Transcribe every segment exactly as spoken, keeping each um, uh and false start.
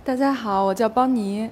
大家好，我叫邦尼。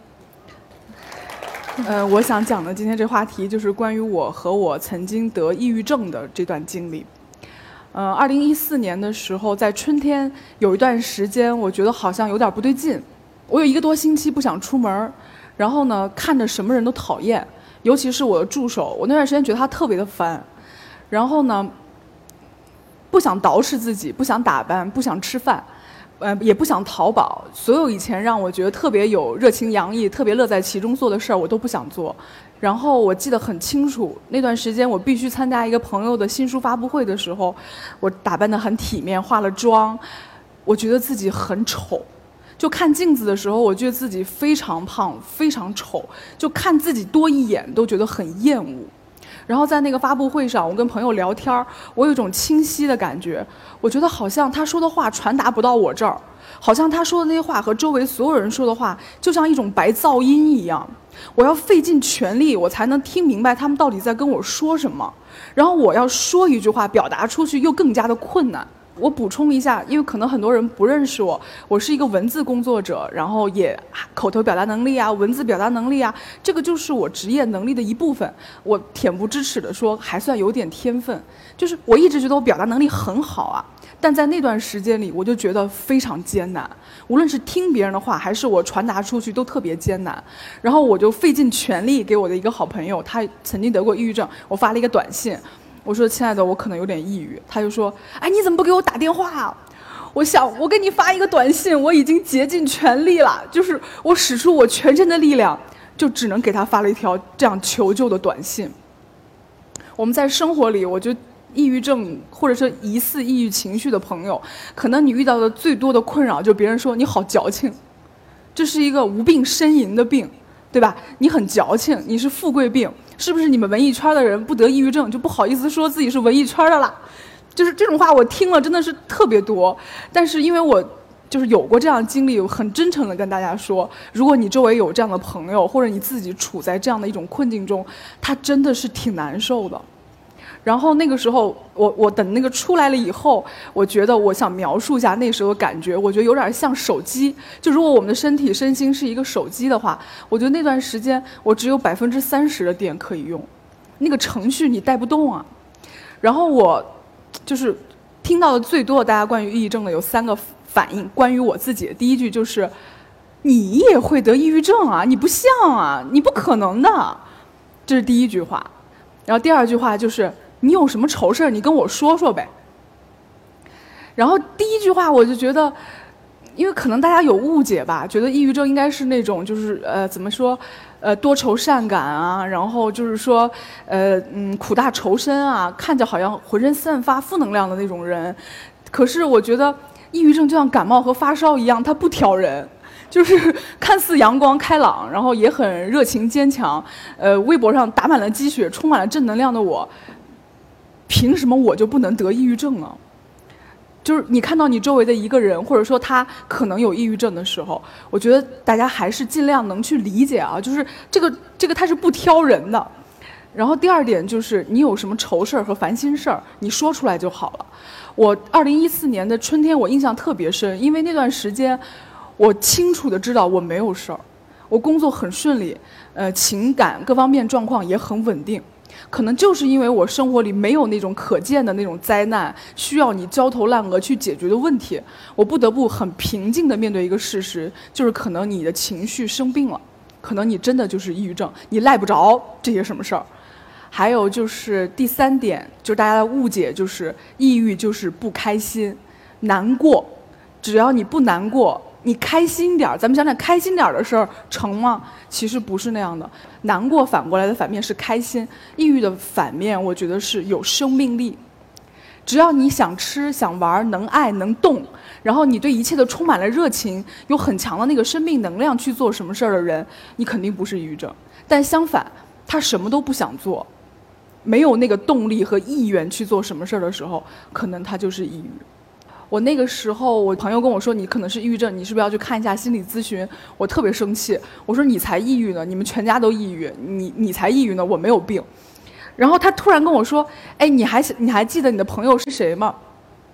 呃，我想讲的今天这话题就是关于我和我曾经得抑郁症的这段经历。呃，二零一四年的时候，在春天有一段时间，我觉得好像有点不对劲。我有一个多星期不想出门，然后呢，看着什么人都讨厌，尤其是我的助手，我那段时间觉得他特别的烦。然后呢，不想捯饬自己，不想打扮，不想吃饭。呃，也不想淘宝，所有以前让我觉得特别有热情洋溢、特别乐在其中做的事儿，我都不想做。然后我记得很清楚，那段时间我必须参加一个朋友的新书发布会的时候，我打扮得很体面，化了妆，我觉得自己很丑。就看镜子的时候，我觉得自己非常胖、非常丑，就看自己多一眼都觉得很厌恶。然后在那个发布会上，我跟朋友聊天，我有一种清晰的感觉，我觉得好像他说的话传达不到我这儿，好像他说的那些话和周围所有人说的话就像一种白噪音一样，我要费尽全力我才能听明白他们到底在跟我说什么，然后我要说一句话表达出去又更加的困难。我补充一下，因为可能很多人不认识我，我是一个文字工作者，然后也口头表达能力啊，文字表达能力啊，这个就是我职业能力的一部分。我恬不知耻地说，还算有点天分。就是我一直觉得我表达能力很好啊，但在那段时间里，我就觉得非常艰难。无论是听别人的话，还是我传达出去，都特别艰难。然后我就费尽全力给我的一个好朋友，他曾经得过抑郁症，我发了一个短信。我说亲爱的，我可能有点抑郁。他就说，哎，你怎么不给我打电话啊？我想我给你发一个短信，我已经竭尽全力了，就是我使出我全身的力量，就只能给他发了一条这样求救的短信。我们在生活里，我觉得抑郁症或者是疑似抑郁情绪的朋友，可能你遇到的最多的困扰就是别人说你好矫情，这是一个无病呻吟的病，对吧？你很矫情，你是富贵病，是不是你们文艺圈的人不得抑郁症就不好意思说自己是文艺圈的啦？就是这种话我听了真的是特别多。但是因为我就是有过这样的经历，我很真诚的跟大家说，如果你周围有这样的朋友，或者你自己处在这样的一种困境中，他真的是挺难受的。然后那个时候我我等那个出来了以后，我觉得我想描述一下那时候的感觉，我觉得有点像手机，就如果我们的身体身心是一个手机的话，我觉得那段时间我只有百分之三十的电可以用，那个程序你带不动啊。然后我就是听到的最多的大家关于抑郁症的有三个反应，关于我自己的第一句就是你也会得抑郁症啊，你不像啊，你不可能的，这是第一句话。然后第二句话就是你有什么愁事儿，你跟我说说呗。然后第一句话我就觉得，因为可能大家有误解吧，觉得抑郁症应该是那种就是呃怎么说，呃多愁善感啊，然后就是说呃嗯苦大仇深啊，看着好像浑身散发负能量的那种人。可是我觉得抑郁症就像感冒和发烧一样，它不挑人。就是看似阳光开朗，然后也很热情坚强，呃，微博上打满了鸡血，充满了正能量的我，凭什么我就不能得抑郁症呢？就是你看到你周围的一个人，或者说他可能有抑郁症的时候，我觉得大家还是尽量能去理解啊，就是这个这个他是不挑人的。然后第二点就是你有什么愁事儿和烦心事儿，你说出来就好了。我二零一四年的春天我印象特别深，因为那段时间我清楚地知道我没有事儿，我工作很顺利，呃，情感各方面状况也很稳定。可能就是因为我生活里没有那种可见的那种灾难，需要你焦头烂额去解决的问题，我不得不很平静地面对一个事实，就是可能你的情绪生病了，可能你真的就是抑郁症，你赖不着这些什么事儿。还有就是第三点，就是大家的误解，就是抑郁就是不开心、难过，只要你不难过，你开心点儿，咱们想想开心点儿的事儿成吗？其实不是那样的。难过反过来的反面是开心，抑郁的反面我觉得是有生命力。只要你想吃想玩能爱能动，然后你对一切都充满了热情，有很强的那个生命能量去做什么事儿的人，你肯定不是抑郁症。但相反，他什么都不想做，没有那个动力和意愿去做什么事儿的时候，可能他就是抑郁。我那个时候我朋友跟我说你可能是抑郁症，你是不是要去看一下心理咨询？我特别生气，我说你才抑郁呢，你们全家都抑郁，你你才抑郁呢，我没有病。然后他突然跟我说，哎，你还你还记得你的朋友是谁吗？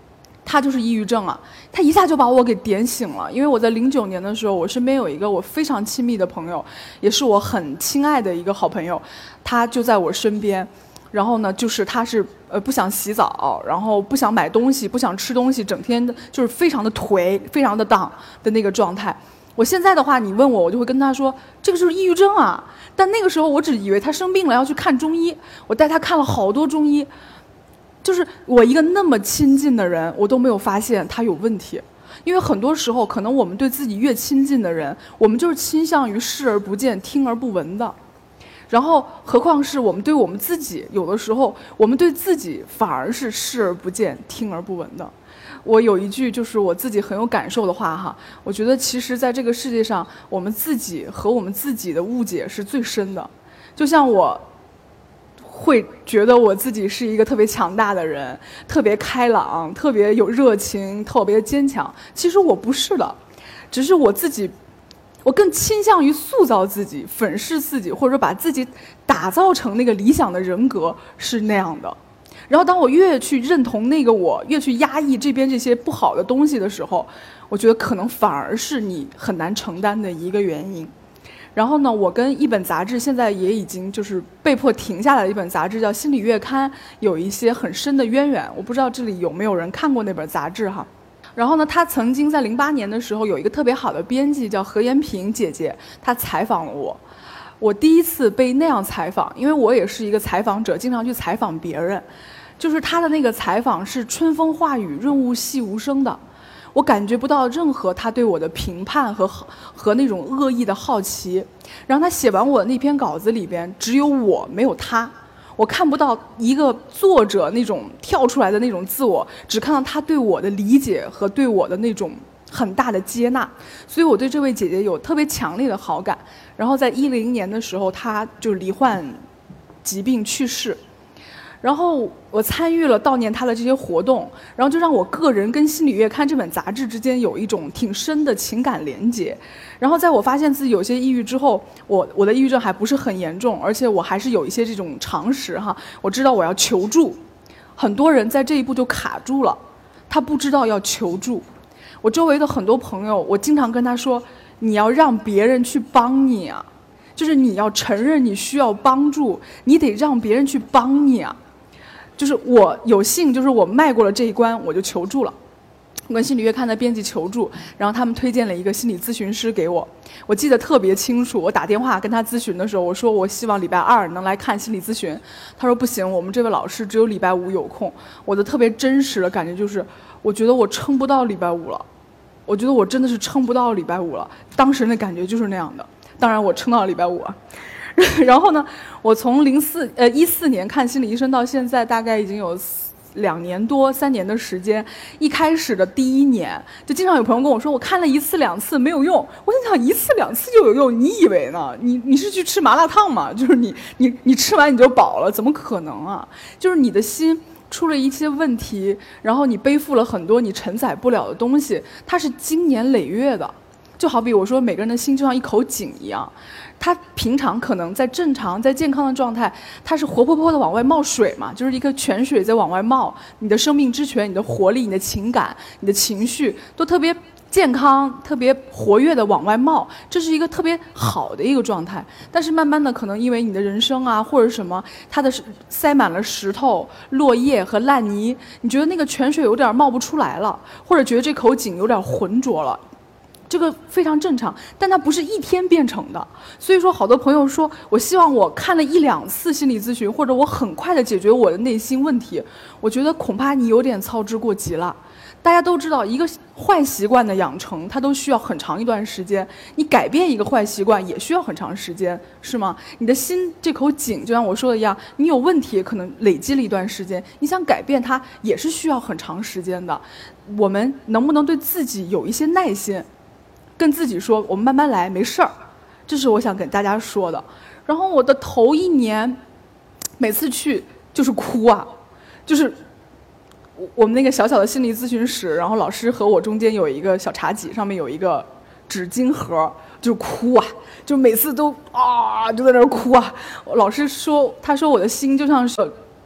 他就是抑郁症啊，他一下就把我给点醒了。因为我在零九年的时候，我身边有一个我非常亲密的朋友，也是我很亲爱的一个好朋友，他就在我身边。然后呢，就是他是呃不想洗澡，然后不想买东西，不想吃东西，整天的就是非常的颓，非常的 down 的那个状态。我现在的话，你问我，我就会跟他说，这个就是抑郁症啊。但那个时候我只以为他生病了要去看中医，我带他看了好多中医。就是我一个那么亲近的人，我都没有发现他有问题。因为很多时候，可能我们对自己越亲近的人，我们就是倾向于视而不见、听而不闻的。然后，何况是我们对我们自己，有的时候我们对自己反而是视而不见、听而不闻的。我有一句就是我自己很有感受的话哈，我觉得其实在这个世界上，我们自己和我们自己的误解是最深的。就像我会觉得我自己是一个特别强大的人，特别开朗，特别有热情，特别坚强。其实我不是的，只是我自己，我更倾向于塑造自己、粉饰自己，或者说把自己打造成那个理想的人格是那样的。然后当我越去认同那个我，越去压抑这边这些不好的东西的时候，我觉得可能反而是你很难承担的一个原因。然后呢，我跟一本杂志现在也已经就是被迫停下来的一本杂志叫《心理月刊》，有一些很深的渊源。我不知道这里有没有人看过那本杂志哈。然后呢，他曾经在零八年的时候有一个特别好的编辑叫何延平姐姐，她采访了我。我第一次被那样采访，因为我也是一个采访者，经常去采访别人。就是他的那个采访是春风化雨，润物细无声的。我感觉不到任何他对我的评判和和那种恶意的好奇。然后他写完我的那篇稿子里边，只有我没有他，我看不到一个作者那种跳出来的那种自我，只看到他对我的理解和对我的那种很大的接纳。所以我对这位姐姐有特别强烈的好感。然后在一零年的时候，她就罹患疾病去世。然后我参与了悼念他的这些活动，然后就让我个人跟《心理月刊》这本杂志之间有一种挺深的情感连结。然后在我发现自己有些抑郁之后，我我的抑郁症还不是很严重，而且我还是有一些这种常识哈，我知道我要求助。很多人在这一步就卡住了，他不知道要求助。我周围的很多朋友，我经常跟他说，你要让别人去帮你啊，就是你要承认你需要帮助，你得让别人去帮你啊。就是我有幸，就是我迈过了这一关，我就求助了。我跟心理月刊的编辑求助，然后他们推荐了一个心理咨询师给我。我记得特别清楚，我打电话跟他咨询的时候，我说我希望礼拜二能来看心理咨询。他说不行，我们这位老师只有礼拜五有空。我的特别真实的感觉就是，我觉得我撑不到礼拜五了，我觉得我真的是撑不到礼拜五了。当时的感觉就是那样的。当然我撑到了礼拜五啊。然后呢，我从零四呃一四年看心理医生到现在，大概已经有两年多三年的时间。一开始的第一年，就经常有朋友跟我说，我看了一次两次没有用。我心想，一次两次就有用，你以为呢？你你是去吃麻辣烫吗？就是你你你吃完你就饱了，怎么可能啊？就是你的心出了一些问题，然后你背负了很多你承载不了的东西，它是经年累月的。就好比我说，每个人的心就像一口井一样。它平常可能在正常、在健康的状态，它是活泼泼的往外冒水嘛，就是一个泉水在往外冒。你的生命之泉、你的活力、你的情感、你的情绪都特别健康、特别活跃的往外冒，这是一个特别好的一个状态。但是慢慢的，可能因为你的人生啊，或者什么，它的塞满了石头、落叶和烂泥，你觉得那个泉水有点冒不出来了，或者觉得这口井有点浑浊了。这个非常正常，但它不是一天变成的。所以说，好多朋友说，我希望我看了一两次心理咨询，或者我很快的解决我的内心问题，我觉得恐怕你有点操之过急了。大家都知道，一个坏习惯的养成，它都需要很长一段时间。你改变一个坏习惯也需要很长时间，是吗？你的心这口井，就像我说的一样，你有问题可能累积了一段时间，你想改变它也是需要很长时间的。我们能不能对自己有一些耐心？跟自己说，我们慢慢来，没事儿，这是我想跟大家说的。然后我的头一年，每次去就是哭啊，就是我们那个小小的心理咨询室，然后老师和我中间有一个小茶几，上面有一个纸巾盒，就哭啊，就每次都啊就在那儿哭啊。老师说，他说我的心就像是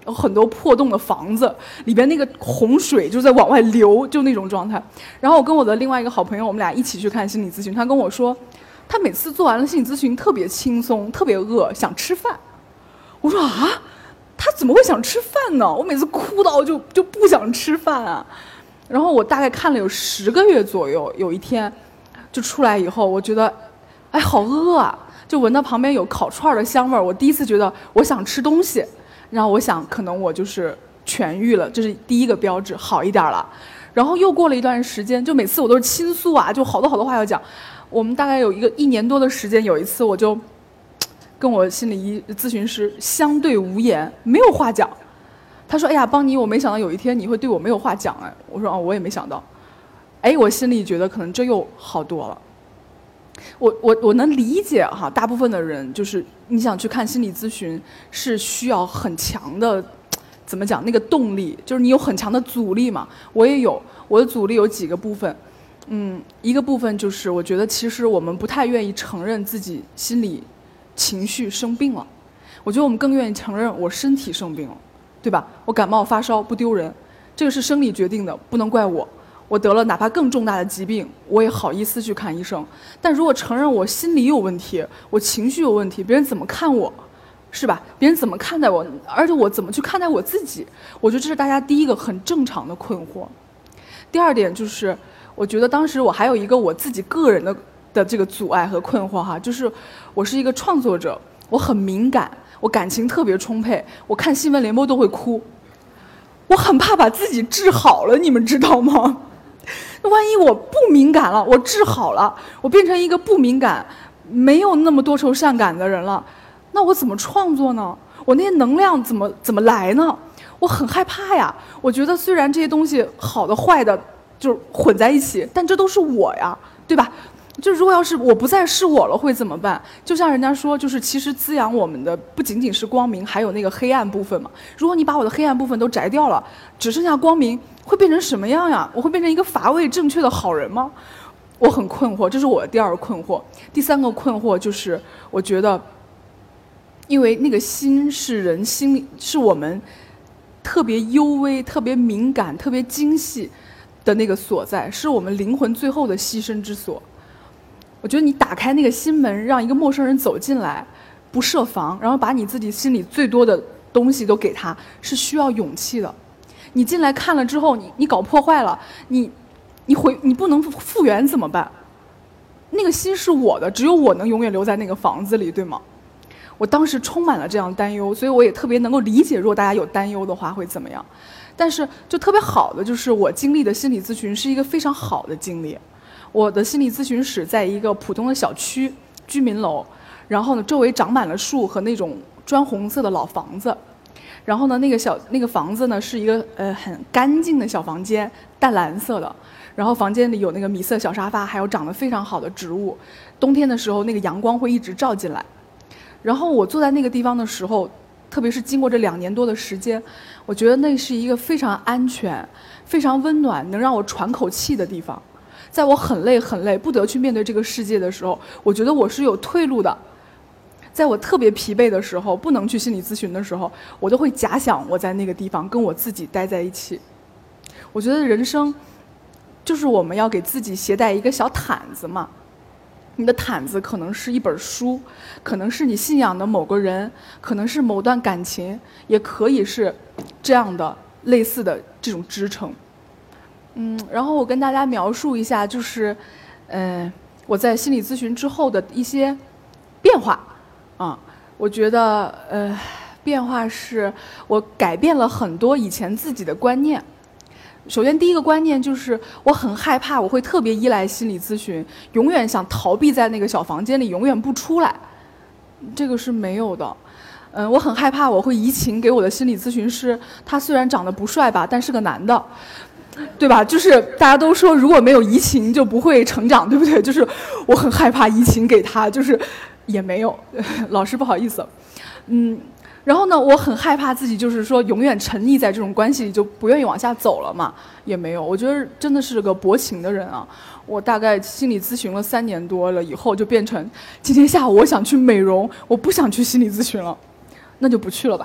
有很多破洞的房子，里边那个洪水就在往外流，就那种状态。然后我跟我的另外一个好朋友，我们俩一起去看心理咨询，他跟我说，他每次做完了心理咨询特别轻松，特别饿，想吃饭。我说啊，他怎么会想吃饭呢？我每次哭到就就不想吃饭啊。然后我大概看了有十个月左右，有一天就出来以后，我觉得，哎，好饿啊！就闻到旁边有烤串的香味儿，我第一次觉得我想吃东西。然后我想，可能我就是痊愈了，这是第一个标志，好一点了。然后又过了一段时间，就每次我都是倾诉啊，就好多好多话要讲。我们大概有一个一年多的时间，有一次我就跟我心理医咨询师相对无言，没有话讲。他说：“哎呀，邦尼，我没想到有一天你会对我没有话讲。”哎，我说：“哦，我也没想到。”哎，我心里觉得可能这又好多了。我我我能理解哈，大部分的人就是你想去看心理咨询，是需要很强的，怎么讲那个动力，就是你有很强的阻力嘛。我也有，我的阻力有几个部分，嗯，一个部分就是我觉得其实我们不太愿意承认自己心理情绪生病了，我觉得我们更愿意承认我身体生病了，对吧？我感冒发烧不丢人，这个是生理决定的，不能怪我。我得了哪怕更重大的疾病，我也好意思去看医生。但如果承认我心理有问题，我情绪有问题，别人怎么看我，是吧？别人怎么看待我，而且我怎么去看待我自己，我觉得这是大家第一个很正常的困惑。第二点就是，我觉得当时我还有一个我自己个人的的这个阻碍和困惑哈，就是我是一个创作者，我很敏感，我感情特别充沛，我看新闻联播都会哭，我很怕把自己治好了，你们知道吗？那万一我不敏感了，我治好了，我变成一个不敏感、没有那么多愁善感的人了，那我怎么创作呢？我那些能量怎么怎么来呢？我很害怕呀。我觉得虽然这些东西好的坏的就混在一起，但这都是我呀，对吧？就如果要是我不再是我了，会怎么办？就像人家说，就是其实滋养我们的不仅仅是光明，还有那个黑暗部分嘛。如果你把我的黑暗部分都摘掉了，只剩下光明，会变成什么样呀？我会变成一个乏味正确的好人吗？我很困惑，这是我的第二个困惑。第三个困惑就是，我觉得，因为那个心是人心里，是我们特别幽微、特别敏感、特别精细的那个所在，是我们灵魂最后的栖身之所。我觉得你打开那个心门，让一个陌生人走进来，不设防，然后把你自己心里最多的东西都给他，是需要勇气的。你进来看了之后，你你搞破坏了，你你回你不能复原怎么办？那个心是我的，只有我能永远留在那个房子里，对吗？我当时充满了这样的担忧，所以我也特别能够理解，如果大家有担忧的话会怎么样。但是就特别好的就是我经历的心理咨询是一个非常好的经历。我的心理咨询室在一个普通的小区居民楼，然后呢周围长满了树和那种砖红色的老房子，然后呢那个小那个房子呢是一个呃很干净的小房间，淡蓝色的，然后房间里有那个米色小沙发，还有长得非常好的植物，冬天的时候那个阳光会一直照进来。然后我坐在那个地方的时候，特别是经过这两年多的时间，我觉得那是一个非常安全、非常温暖，能让我喘口气的地方。在我很累很累不得去面对这个世界的时候，我觉得我是有退路的。在我特别疲惫的时候，不能去心理咨询的时候，我都会假想我在那个地方跟我自己待在一起。我觉得人生就是我们要给自己携带一个小毯子嘛，你的毯子可能是一本书，可能是你信仰的某个人，可能是某段感情，也可以是这样的类似的这种支撑。嗯，然后我跟大家描述一下，就是，呃，我在心理咨询之后的一些变化，啊，我觉得，呃，变化是我改变了很多以前自己的观念。首先，第一个观念就是我很害怕，我会特别依赖心理咨询，永远想逃避在那个小房间里，永远不出来。这个是没有的。嗯、呃，我很害怕我会移情给我的心理咨询师，他虽然长得不帅吧，但是个男的。对吧？就是大家都说，如果没有移情就不会成长，对不对？就是我很害怕移情给他，就是也没有，老师不好意思，嗯。然后呢，我很害怕自己就是说永远沉溺在这种关系里，就不愿意往下走了嘛，也没有。我觉得真的是个薄情的人啊。我大概心理咨询了三年多了以后，就变成今天下午我想去美容，我不想去心理咨询了，那就不去了吧。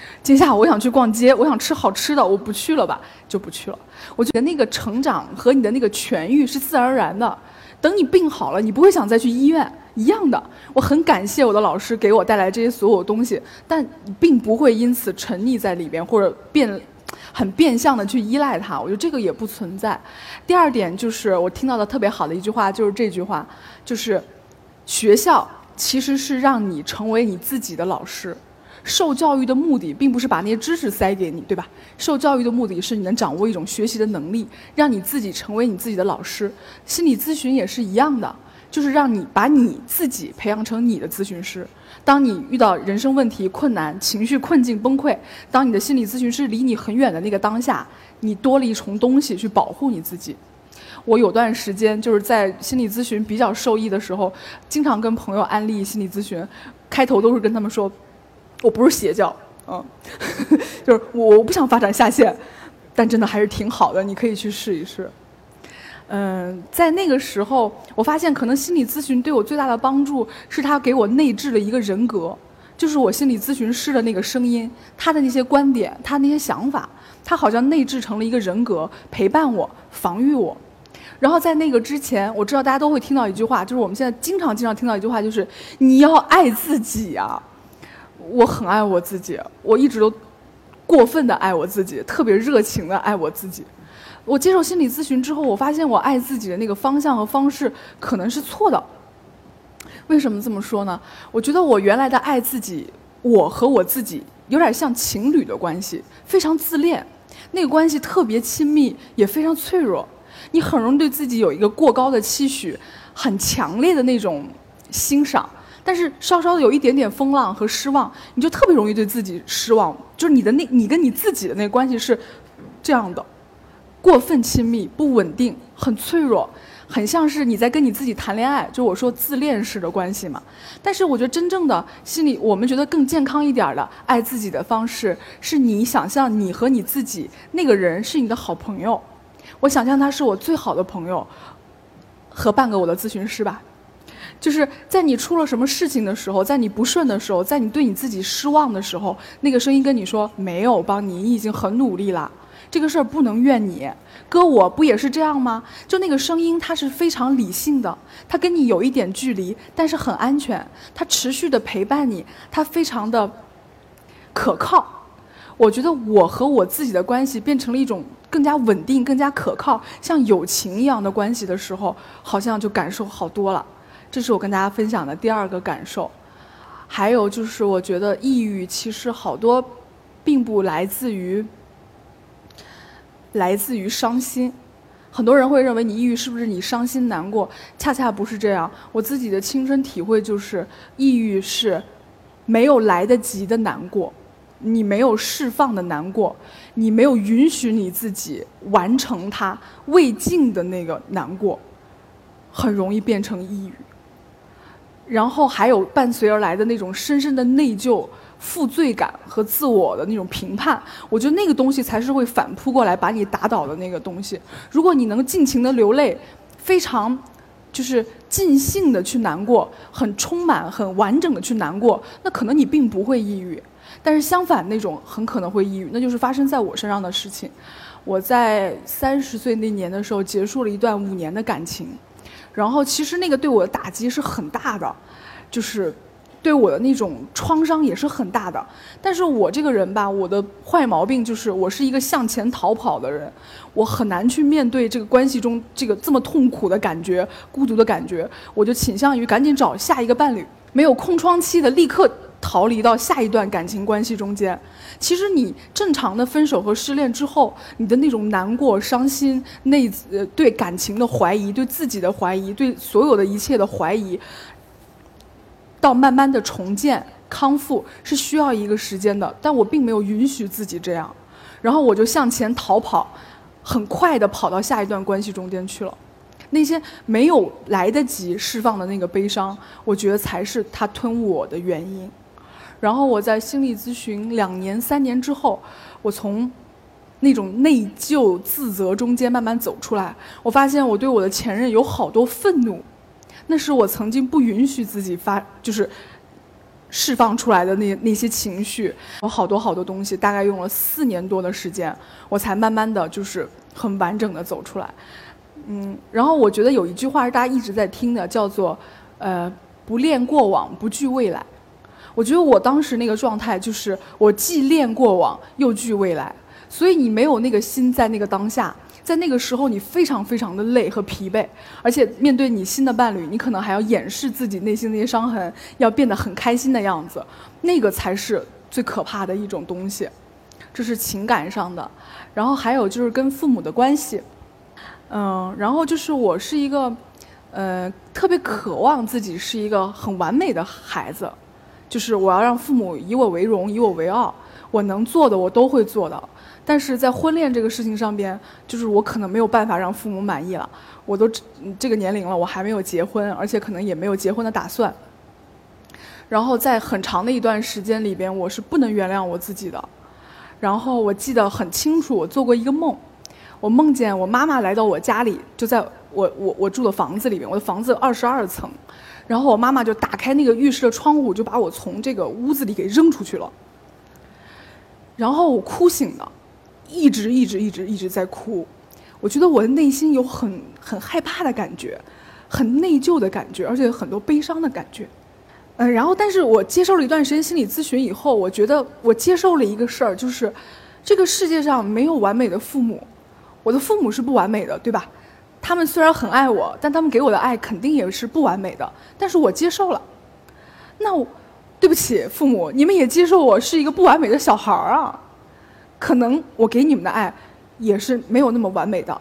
接下来我想去逛街，我想吃好吃的，我不去了吧，就不去了。我觉得那个成长和你的那个痊愈是自然而然的。等你病好了，你不会想再去医院，一样的。我很感谢我的老师给我带来这些所有东西，但并不会因此沉溺在里边，或者变很变相的去依赖它。我觉得这个也不存在。第二点就是我听到的特别好的一句话，就是这句话，就是学校其实是让你成为你自己的老师。受教育的目的并不是把那些知识塞给你，对吧？受教育的目的是你能掌握一种学习的能力，让你自己成为你自己的老师。心理咨询也是一样的，就是让你把你自己培养成你的咨询师。当你遇到人生问题、困难、情绪困境、崩溃，当你的心理咨询师离你很远的那个当下，你多了一重东西去保护你自己。我有段时间就是在心理咨询比较受益的时候，经常跟朋友安利心理咨询，开头都是跟他们说，我不是邪教，嗯，就是我我不想发展下线，但真的还是挺好的，你可以去试一试。嗯，在那个时候，我发现可能心理咨询对我最大的帮助是它给我内置了一个人格，就是我心理咨询师的那个声音，他的那些观点，他那些想法，他好像内置成了一个人格，陪伴我，防御我。然后在那个之前，我知道大家都会听到一句话，就是我们现在经常经常听到一句话，就是你要爱自己啊。我很爱我自己，我一直都过分的爱我自己，特别热情的爱我自己。我接受心理咨询之后，我发现我爱自己的那个方向和方式可能是错的。为什么这么说呢？我觉得我原来的爱自己，我和我自己有点像情侣的关系，非常自恋，那个关系特别亲密，也非常脆弱。你很容易对自己有一个过高的期许，很强烈的那种欣赏。但是稍稍的有一点点风浪和失望，你就特别容易对自己失望。就是你的那，你跟你自己的那个关系是这样的，过分亲密、不稳定、很脆弱，很像是你在跟你自己谈恋爱，就我说自恋式的关系嘛。但是我觉得真正的心理，我们觉得更健康一点的爱自己的方式，是你想象你和你自己那个人是你的好朋友。我想象他是我最好的朋友，和半个我的咨询师吧。就是在你出了什么事情的时候，在你不顺的时候，在你对你自己失望的时候，那个声音跟你说没有帮你，你已经很努力了，这个事儿不能怨你。哥，我不也是这样吗？就那个声音它是非常理性的，它跟你有一点距离，但是很安全，它持续的陪伴你，它非常的可靠。我觉得我和我自己的关系变成了一种更加稳定、更加可靠，像友情一样的关系的时候，好像就感受好多了。这是我跟大家分享的第二个感受。还有就是我觉得抑郁其实好多并不来自于来自于伤心。很多人会认为你抑郁是不是你伤心难过，恰恰不是这样。我自己的亲身体会就是抑郁是没有来得及的难过，你没有释放的难过，你没有允许你自己完成它未尽的那个难过，很容易变成抑郁。然后还有伴随而来的那种深深的内疚、负罪感和自我的那种评判，我觉得那个东西才是会反扑过来把你打倒的那个东西。如果你能尽情的流泪，非常就是尽兴的去难过，很充满、很完整的去难过，那可能你并不会抑郁。但是相反，那种很可能会抑郁，那就是发生在我身上的事情。我在三十岁那年的时候结束了一段五年的感情。然后其实那个对我的打击是很大的，就是对我的那种创伤也是很大的。但是我这个人吧，我的坏毛病就是我是一个向前逃跑的人，我很难去面对这个关系中这个这么痛苦的感觉、孤独的感觉，我就倾向于赶紧找下一个伴侣，没有空窗期的立刻逃离到下一段感情关系中间。其实你正常的分手和失恋之后，你的那种难过、伤心、内呃对感情的怀疑、对自己的怀疑、对所有的一切的怀疑，到慢慢的重建、康复是需要一个时间的。但我并没有允许自己这样，然后我就向前逃跑，很快的跑到下一段关系中间去了。那些没有来得及释放的那个悲伤，我觉得才是它吞没我的原因。然后我在心理咨询两年三年之后，我从那种内疚自责中间慢慢走出来，我发现我对我的前任有好多愤怒，那是我曾经不允许自己发就是释放出来的那那些情绪，有好多好多东西，大概用了四年多的时间，我才慢慢的就是很完整的走出来。嗯，然后我觉得有一句话是大家一直在听的，叫做呃不恋过往，不惧未来。我觉得我当时那个状态就是我既恋过往又惧未来，所以你没有那个心在那个当下，在那个时候你非常非常的累和疲惫，而且面对你新的伴侣，你可能还要掩饰自己内心那些伤痕，要变得很开心的样子，那个才是最可怕的一种东西。这是情感上的。然后还有就是跟父母的关系，嗯，然后就是我是一个呃特别渴望自己是一个很完美的孩子，就是我要让父母以我为荣，以我为傲，我能做的我都会做的。但是在婚恋这个事情上边，就是我可能没有办法让父母满意了。我都这个年龄了，我还没有结婚，而且可能也没有结婚的打算。然后在很长的一段时间里边，我是不能原谅我自己的。然后我记得很清楚，我做过一个梦，我梦见我妈妈来到我家里，就在我我我住的房子里面，我的房子二十二层，然后我妈妈就打开那个浴室的窗户，就把我从这个屋子里给扔出去了。然后我哭醒了。一直一直一直一直在哭，我觉得我的内心有很很害怕的感觉，很内疚的感觉，而且很多悲伤的感觉。嗯，然后但是我接受了一段时间心理咨询以后，我觉得我接受了一个事儿，就是这个世界上没有完美的父母，我的父母是不完美的，对吧？他们虽然很爱我，但他们给我的爱肯定也是不完美的，但是我接受了。那我对不起父母，你们也接受我是一个不完美的小孩儿啊。可能我给你们的爱也是没有那么完美的，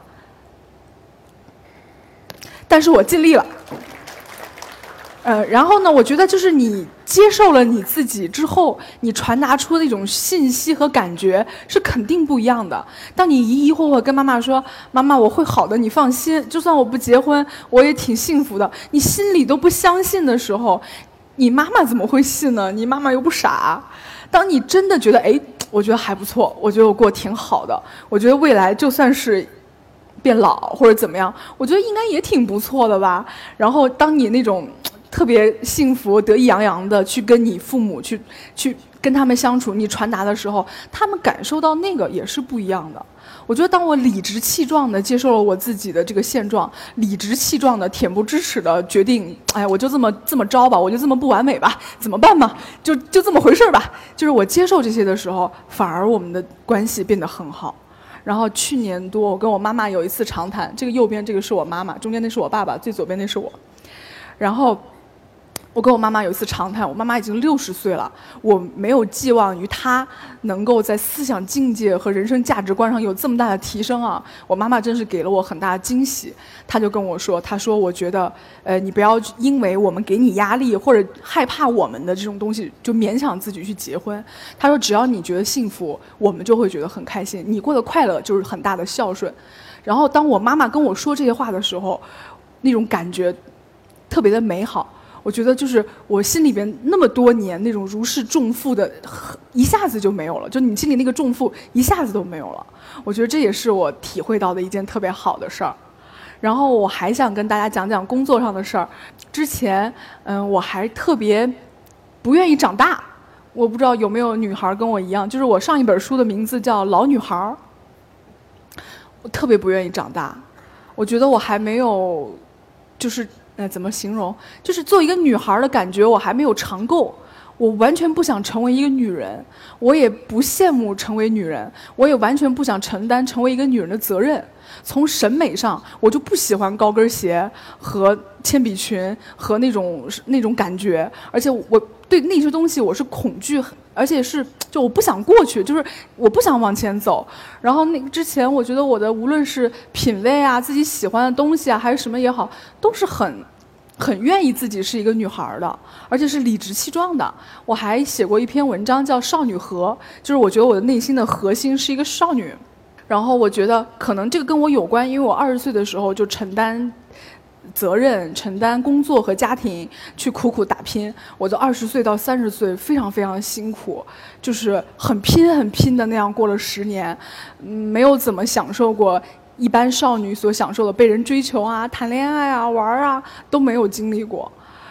但是我尽力了。呃，然后呢，我觉得就是你接受了你自己之后，你传达出的那种信息和感觉是肯定不一样的。当你疑疑惑惑跟妈妈说：“妈妈，我会好的，你放心，就算我不结婚，我也挺幸福的。”你心里都不相信的时候，你妈妈怎么会信呢？你妈妈又不傻。当你真的觉得，哎，我觉得还不错，我觉得我过得挺好的，我觉得未来就算是变老或者怎么样，我觉得应该也挺不错的吧。然后当你那种特别幸福得意洋洋的去跟你父母去去跟他们相处，你传达的时候，他们感受到那个也是不一样的。我觉得当我理直气壮地接受了我自己的这个现状，理直气壮地恬不知耻地决定，哎，我就这么这么着吧，我就这么不完美吧，怎么办嘛？就就这么回事吧。就是我接受这些的时候，反而我们的关系变得很好。然后去年多，我跟我妈妈有一次长谈，这个右边这个是我妈妈，中间那是我爸爸，最左边那是我。然后我跟我妈妈有一次长谈，我妈妈已经六十岁了，我没有寄望于她能够在思想境界和人生价值观上有这么大的提升啊。我妈妈真是给了我很大的惊喜，她就跟我说，她说我觉得，呃，你不要因为我们给你压力或者害怕我们的这种东西，就勉强自己去结婚。她说只要你觉得幸福，我们就会觉得很开心，你过得快乐就是很大的孝顺。然后当我妈妈跟我说这些话的时候，那种感觉特别的美好。我觉得就是我心里边那么多年那种如释重负的，一下子就没有了，就你心里那个重负一下子都没有了。我觉得这也是我体会到的一件特别好的事儿。然后我还想跟大家讲讲工作上的事儿。之前，嗯，我还特别不愿意长大。我不知道有没有女孩跟我一样，就是我上一本书的名字叫《老女孩》。我特别不愿意长大，我觉得我还没有，就是。那怎么形容？就是做一个女孩的感觉，我还没有尝够。我完全不想成为一个女人，我也不羡慕成为女人，我也完全不想承担成为一个女人的责任。从审美上，我就不喜欢高跟鞋和铅笔裙和那种那种感觉，而且我对那些东西我是恐惧，而且是就我不想过去，就是我不想往前走。然后那之前我觉得我的无论是品味啊，自己喜欢的东西啊，还是什么也好，都是很很愿意自己是一个女孩的，而且是理直气壮的。我还写过一篇文章叫《少女核》，就是我觉得我的内心的核心是一个少女。然后我觉得可能这个跟我有关，因为我二十岁的时候就承担责任，承担工作和家庭，去苦苦打拼。我的二十岁到三十岁非常非常辛苦，就是很拼很拼的那样过了十年，嗯，没有怎么享受过一般少女所享受的被人追求啊、谈恋爱啊、玩啊，都没有经历过。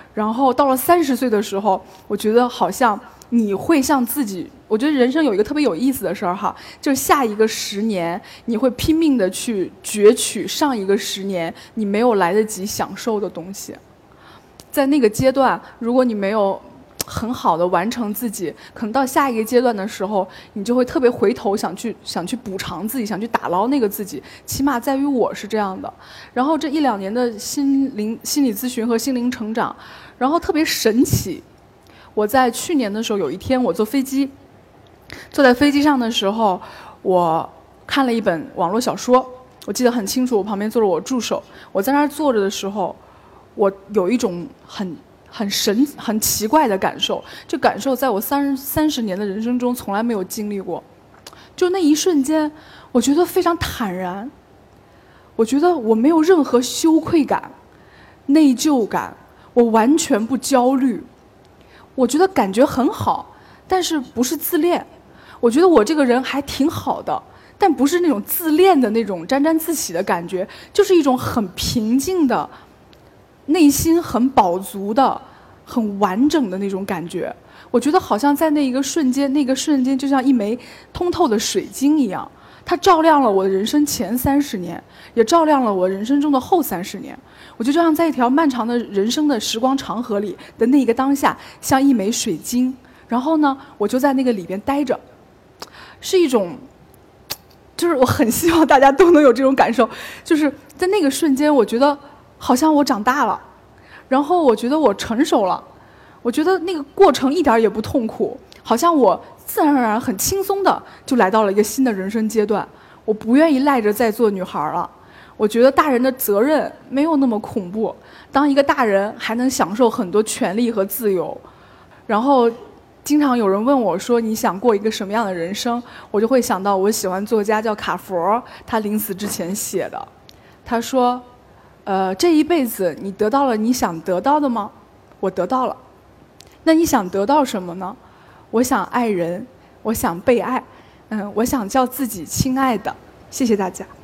然后到了三十岁的时候，我觉得好像你会向自己，我觉得人生有一个特别有意思的事儿哈，就是下一个十年你会拼命的去攫取上一个十年你没有来得及享受的东西。在那个阶段，如果你没有很好的完成自己，可能到下一个阶段的时候，你就会特别回头想去想去补偿自己，想去打捞那个自己。起码在于我是这样的。然后这一两年的心灵心理咨询和心灵成长，然后特别神奇。我在去年的时候，有一天我坐飞机，坐在飞机上的时候，我看了一本网络小说，我记得很清楚，我旁边坐着我助手。我在那儿坐着的时候，我有一种很很神、很奇怪的感受，这感受在我三三十年的人生中从来没有经历过。就那一瞬间，我觉得非常坦然，我觉得我没有任何羞愧感、内疚感，我完全不焦虑，我觉得感觉很好，但是不是自恋。我觉得我这个人还挺好的，但不是那种自恋的那种沾沾自喜的感觉，就是一种很平静的。内心很饱足的、很完整的那种感觉，我觉得好像在那一个瞬间，那个瞬间就像一枚通透的水晶一样，它照亮了我的人生前三十年，也照亮了我人生中的后三十年。我就这样在一条漫长的人生的时光长河里的那一个当下，像一枚水晶，然后呢，我就在那个里边待着，是一种，就是我很希望大家都能有这种感受，就是在那个瞬间，我觉得。好像我长大了，然后我觉得我成熟了，我觉得那个过程一点也不痛苦，好像我自然而然很轻松的就来到了一个新的人生阶段。我不愿意赖着再做女孩了，我觉得大人的责任没有那么恐怖，当一个大人还能享受很多权利和自由。然后经常有人问我说你想过一个什么样的人生，我就会想到我喜欢作家叫卡佛，他临死之前写的，他说呃，这一辈子你得到了你想得到的吗？我得到了。那你想得到什么呢？我想爱人，我想被爱，嗯，我想叫自己亲爱的。谢谢大家。